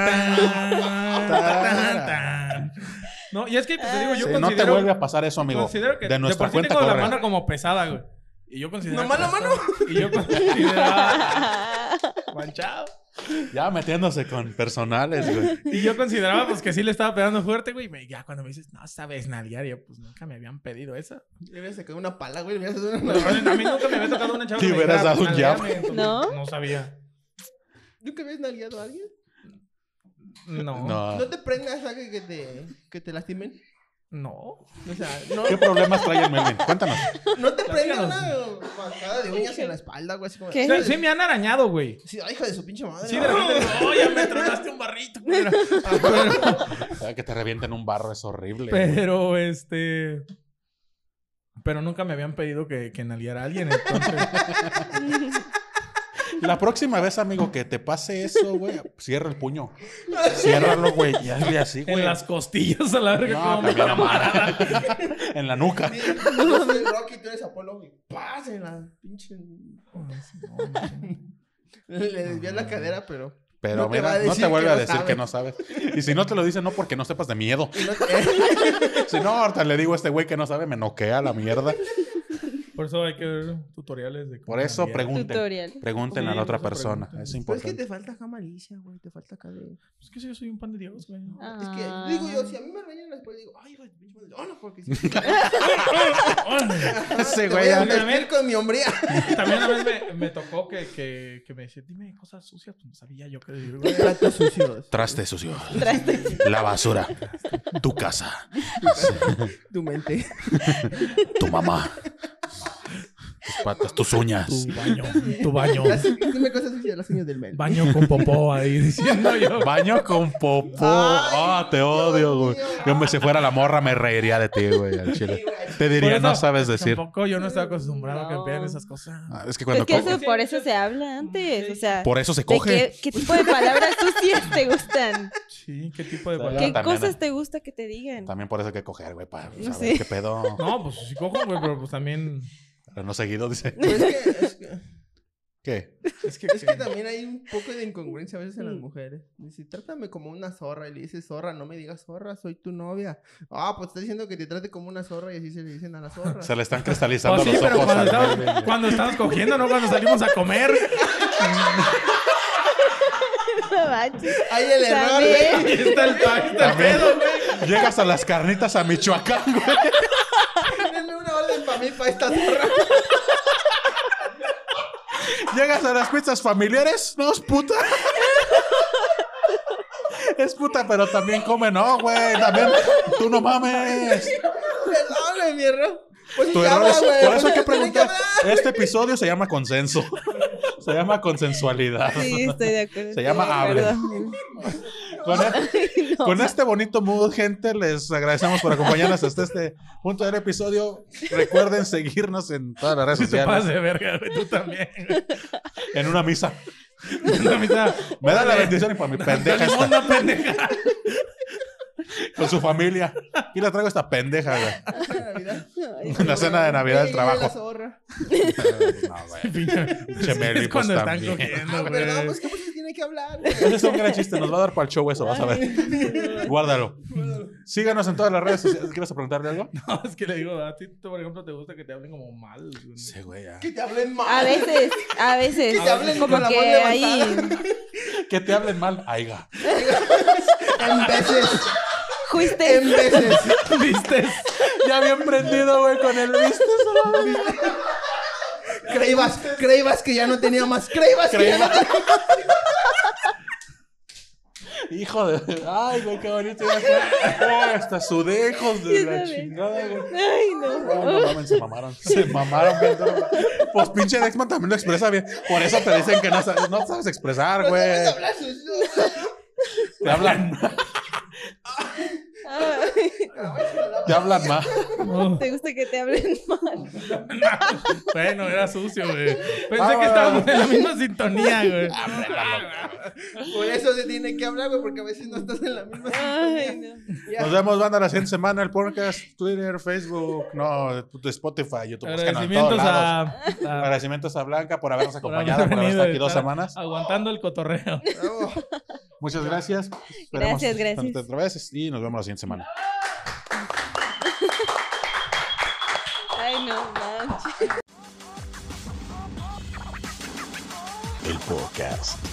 Speaker 2: Tan,
Speaker 1: tarán.
Speaker 2: tan. No, y es que pues, te digo, yo
Speaker 1: Sí, no
Speaker 2: considero,
Speaker 1: te vuelve a pasar eso, amigo.
Speaker 2: considero que
Speaker 1: De nuestra
Speaker 2: por sí
Speaker 1: cuenta
Speaker 2: tengo la
Speaker 1: corre.
Speaker 2: mano como pesada, güey. Y yo considero
Speaker 3: ¿No mano,
Speaker 2: que-
Speaker 3: mano?
Speaker 2: Y yo considero manchado.
Speaker 1: Ya metiéndose con personales, güey.
Speaker 2: Y yo consideraba, pues, que sí le estaba pegando fuerte, güey. Y me- ya cuando me dices, no sabes nalguear, yo, pues, nunca me habían pedido eso.
Speaker 3: Le hubieras sacado una pala, güey. Le hubieras dado
Speaker 2: No,
Speaker 3: una...
Speaker 2: a mí nunca me había tocado una chava
Speaker 1: Te
Speaker 2: que me
Speaker 1: hubieras
Speaker 2: dijera,
Speaker 1: dado un jab.
Speaker 2: "Nalguéame", entonces,
Speaker 4: ¿No?
Speaker 2: No sabía.
Speaker 3: ¿Nunca habías nalgueado a alguien?
Speaker 2: No.
Speaker 1: No.
Speaker 3: ¿No te prendas a que que te, que te lastimen?
Speaker 2: No.
Speaker 3: O sea, no,
Speaker 1: ¿Qué problemas trae el Melvin? Cuéntanos.
Speaker 3: no te prendas
Speaker 2: Platícanos.
Speaker 3: una mascada de uñas en la espalda, güey. Así como...
Speaker 4: ¿Qué?
Speaker 2: O sea, sí me han arañado, güey.
Speaker 3: Sí, ay, hija de su pinche madre.
Speaker 2: Sí, de repente digo, oh, ya me tronaste un barrito, culera". Pero,
Speaker 1: Ay, que te revienten un barro es horrible. güey.
Speaker 2: pero, este... Pero nunca me habían pedido que, que nalgueara a alguien, entonces...
Speaker 1: La próxima vez, amigo, que te pase eso, güey, cierra el puño. Ciérralo, güey, y hazle así, güey.
Speaker 2: En las costillas a la verga,
Speaker 1: No,
Speaker 2: como me
Speaker 1: también
Speaker 2: camarada.
Speaker 1: En la nuca.
Speaker 3: Sí, yo soy Rocky, tú eres Apolo, güey. Paz en la pinche... Le desvías la cadera, pero...
Speaker 1: Pero
Speaker 3: No te va
Speaker 1: mira,
Speaker 3: a
Speaker 1: no
Speaker 3: decir
Speaker 1: te vuelve
Speaker 3: que
Speaker 1: a
Speaker 3: no
Speaker 1: decir
Speaker 3: sabe.
Speaker 1: que no sabes. Y si no te lo dice, no porque no sepas de miedo.
Speaker 3: y no te-
Speaker 1: Si no, ahorita le digo a este güey que no sabe, me noquea la mierda.
Speaker 2: Por eso hay que ver tutoriales de cómo
Speaker 1: Por eso
Speaker 2: nalguear.
Speaker 1: pregunten.
Speaker 4: Tutorial.
Speaker 1: Pregunten
Speaker 2: Sí,
Speaker 1: a la otra
Speaker 2: por eso
Speaker 1: persona.
Speaker 2: pregunten.
Speaker 1: Es
Speaker 3: Pues es que
Speaker 1: importante.
Speaker 3: te falta acá malicia, güey. Te falta acá de...
Speaker 2: Es que si yo soy un pan de Dios, güey.
Speaker 3: Es que,
Speaker 4: Ah.
Speaker 3: digo yo, si a mí me regañan después, digo, ay, güey, pinche madre. Oh, no, porque si...
Speaker 1: Ese
Speaker 3: Te
Speaker 1: güey
Speaker 3: voy a
Speaker 1: anda-
Speaker 3: vestir con mi hombría.
Speaker 2: También una vez me, me tocó que, que, que me decía, dime cosas sucias, pues no sabía yo qué decir, güey.
Speaker 3: Platos sucios.
Speaker 1: Traste sucio.
Speaker 4: Traste.
Speaker 1: La basura. Tu casa.
Speaker 3: Tu mente.
Speaker 1: Tu mamá. Tus patas, tus uñas.
Speaker 2: Tu baño, tu baño.
Speaker 3: Las, dime cosas sucias, las uñas del men.
Speaker 2: Baño con popó ahí diciendo yo.
Speaker 1: Baño con popó. Ah,
Speaker 3: Ay,
Speaker 1: te odio, güey.
Speaker 3: Dios mío.
Speaker 1: Yo me si fuera la morra me reiría de ti, güey, al chile. Te diría,
Speaker 2: Por eso,
Speaker 1: no sabes decir.
Speaker 2: Tampoco yo no estaba acostumbrado a que me
Speaker 4: No.
Speaker 2: peguen esas cosas.
Speaker 1: Ah, es que cuando
Speaker 4: Es que
Speaker 1: co-
Speaker 4: eso, por eso se habla antes. O sea,
Speaker 1: por eso se
Speaker 4: ¿de
Speaker 1: coge.
Speaker 4: qué, qué tipo de palabras sucias te gustan?
Speaker 2: Sí, ¿qué tipo de
Speaker 1: Sí.
Speaker 2: palabras?
Speaker 4: ¿Qué
Speaker 1: también,
Speaker 4: cosas
Speaker 1: eh.
Speaker 4: te gusta que te digan?
Speaker 1: También por eso hay que coger, güey, para saber
Speaker 4: Sí.
Speaker 1: qué pedo.
Speaker 2: No, pues sí cojo, güey, pero pues también...
Speaker 1: Pero no seguido, dice.
Speaker 3: Pues es que, es que,
Speaker 1: ¿Qué?
Speaker 2: Es que,
Speaker 3: es que también hay un poco de incongruencia a veces en las
Speaker 4: Mm.
Speaker 3: mujeres. Dice, trátame como una zorra. Y le dices, zorra, no me digas zorra, soy tu novia. Ah, pues está diciendo que te trate como una zorra y así se le dicen a la zorra.
Speaker 1: Se le están cristalizando
Speaker 2: Oh, sí,
Speaker 1: los
Speaker 2: pero
Speaker 1: ojos
Speaker 2: cuando
Speaker 1: al
Speaker 2: estamos,
Speaker 1: Melvin, güey.
Speaker 2: cuando estamos cogiendo, ¿no? Cuando salimos a comer.
Speaker 4: No manches.
Speaker 3: Hay el error,
Speaker 4: También.
Speaker 3: güey.
Speaker 2: Ahí está el, ahí está el
Speaker 1: También
Speaker 2: pedo, güey.
Speaker 1: llegas a las carnitas a Michoacán, güey.
Speaker 3: Denme una orden para mí, para esta zorra.
Speaker 1: Llegas a las pizzas familiares, no es puta. Es puta, pero también come, no, güey. También, tú no mames.
Speaker 3: Perdóname, mi error. Pues
Speaker 1: Tu
Speaker 3: sí
Speaker 1: error
Speaker 3: habla,
Speaker 1: es,
Speaker 3: güey,
Speaker 1: por
Speaker 3: pues
Speaker 1: eso hay que
Speaker 3: sí tiene
Speaker 1: preguntar.
Speaker 3: hablar.
Speaker 1: Este episodio se llama consenso. Se llama consensualidad.
Speaker 4: Sí, estoy de acuerdo.
Speaker 1: Se llama
Speaker 4: estoy de
Speaker 1: hable.
Speaker 4: acuerdo.
Speaker 1: Con, e-
Speaker 4: Ay, no.
Speaker 1: con este bonito mood, gente, les agradecemos por acompañarnos hasta este punto del episodio. Recuerden seguirnos en todas las redes
Speaker 2: Si te
Speaker 1: sociales.
Speaker 2: pasas de verga, güey, tú también.
Speaker 1: En una misa.
Speaker 2: Una mitad.
Speaker 1: Me da la bendición y para mi pendeja esta,
Speaker 2: Una pendeja.
Speaker 1: con su familia. Aquí la traigo esta pendeja, güey.
Speaker 3: Navidad.
Speaker 4: Ay,
Speaker 1: Una cena de Navidad del
Speaker 3: Ey, la
Speaker 1: trabajo.
Speaker 3: zorra.
Speaker 1: No, güey.
Speaker 2: Pinche
Speaker 1: Melvin,
Speaker 2: Es cuando
Speaker 1: pues,
Speaker 2: están
Speaker 1: también.
Speaker 2: cogiendo,
Speaker 3: Ah,
Speaker 2: güey.
Speaker 3: perdón, pues ¿cómo se tiene que hablar, güey?
Speaker 1: Ese es un gran chiste. Nos va a dar para el show eso, vas a ver. Guárdalo. Síganos en todas las redes sociales. ¿Quieres preguntarle algo?
Speaker 2: No, es que le digo, a ti, tú, por ejemplo, te gusta que te hablen como mal. güey.
Speaker 1: Sí, güey, ya.
Speaker 3: Que te hablen mal.
Speaker 4: A veces, a veces.
Speaker 3: Que te hablen
Speaker 4: como
Speaker 3: con la
Speaker 4: que
Speaker 3: voz
Speaker 4: ahí.
Speaker 3: levantada.
Speaker 1: Que te hablen mal. Aiga.
Speaker 3: En veces.
Speaker 4: Juiste.
Speaker 3: En veces.
Speaker 2: ¿Viste?
Speaker 1: Ya bien prendido, güey, con el viste.
Speaker 3: Creibas, creibas que ya no tenía más. Creibas que ya no tenía más.
Speaker 1: Hijo de... Ay, güey, qué bonito. Ya fue. Ay, hasta sudejos de
Speaker 4: Yo
Speaker 1: la
Speaker 4: también.
Speaker 1: chingada, güey.
Speaker 4: Ay, no.
Speaker 1: No, no mames, se mamaron. Se mamaron bien duro. Pues pinche Dexman también lo expresa bien. Por eso te dicen que no sabes, no sabes expresar, güey.
Speaker 3: No hablas sucio.
Speaker 1: Te hablan,
Speaker 4: Ay,
Speaker 1: te hablan más.
Speaker 2: No.
Speaker 4: ¿te gusta que te hablen mal?
Speaker 2: Bueno, era sucio, güey. Pensé
Speaker 1: Ah,
Speaker 2: que
Speaker 1: bueno.
Speaker 2: estábamos en la misma sintonía, güey.
Speaker 3: Por eso se tiene que hablar, güey, porque a veces no estás en la misma
Speaker 4: Ay,
Speaker 3: sintonía.
Speaker 4: no.
Speaker 3: Ya.
Speaker 1: Nos vemos, banda, la siguiente semana. El podcast, Twitter, Facebook, no, Spotify, YouTube. Búsquenos en todos
Speaker 2: Agradecimientos
Speaker 1: lados.
Speaker 2: a, a-
Speaker 1: Agradecimientos a Blanca por habernos
Speaker 2: por
Speaker 1: acompañado,
Speaker 2: haber
Speaker 1: por haber
Speaker 2: venido
Speaker 1: estado aquí
Speaker 2: y
Speaker 1: dos
Speaker 2: estar
Speaker 1: semanas.
Speaker 2: Aguantando el cotorreo.
Speaker 3: Bravo.
Speaker 1: Muchas gracias.
Speaker 4: Gracias, gracias.
Speaker 1: verte otra vez y nos vemos la siguiente semana.
Speaker 4: Ay, no manches.
Speaker 5: El podcast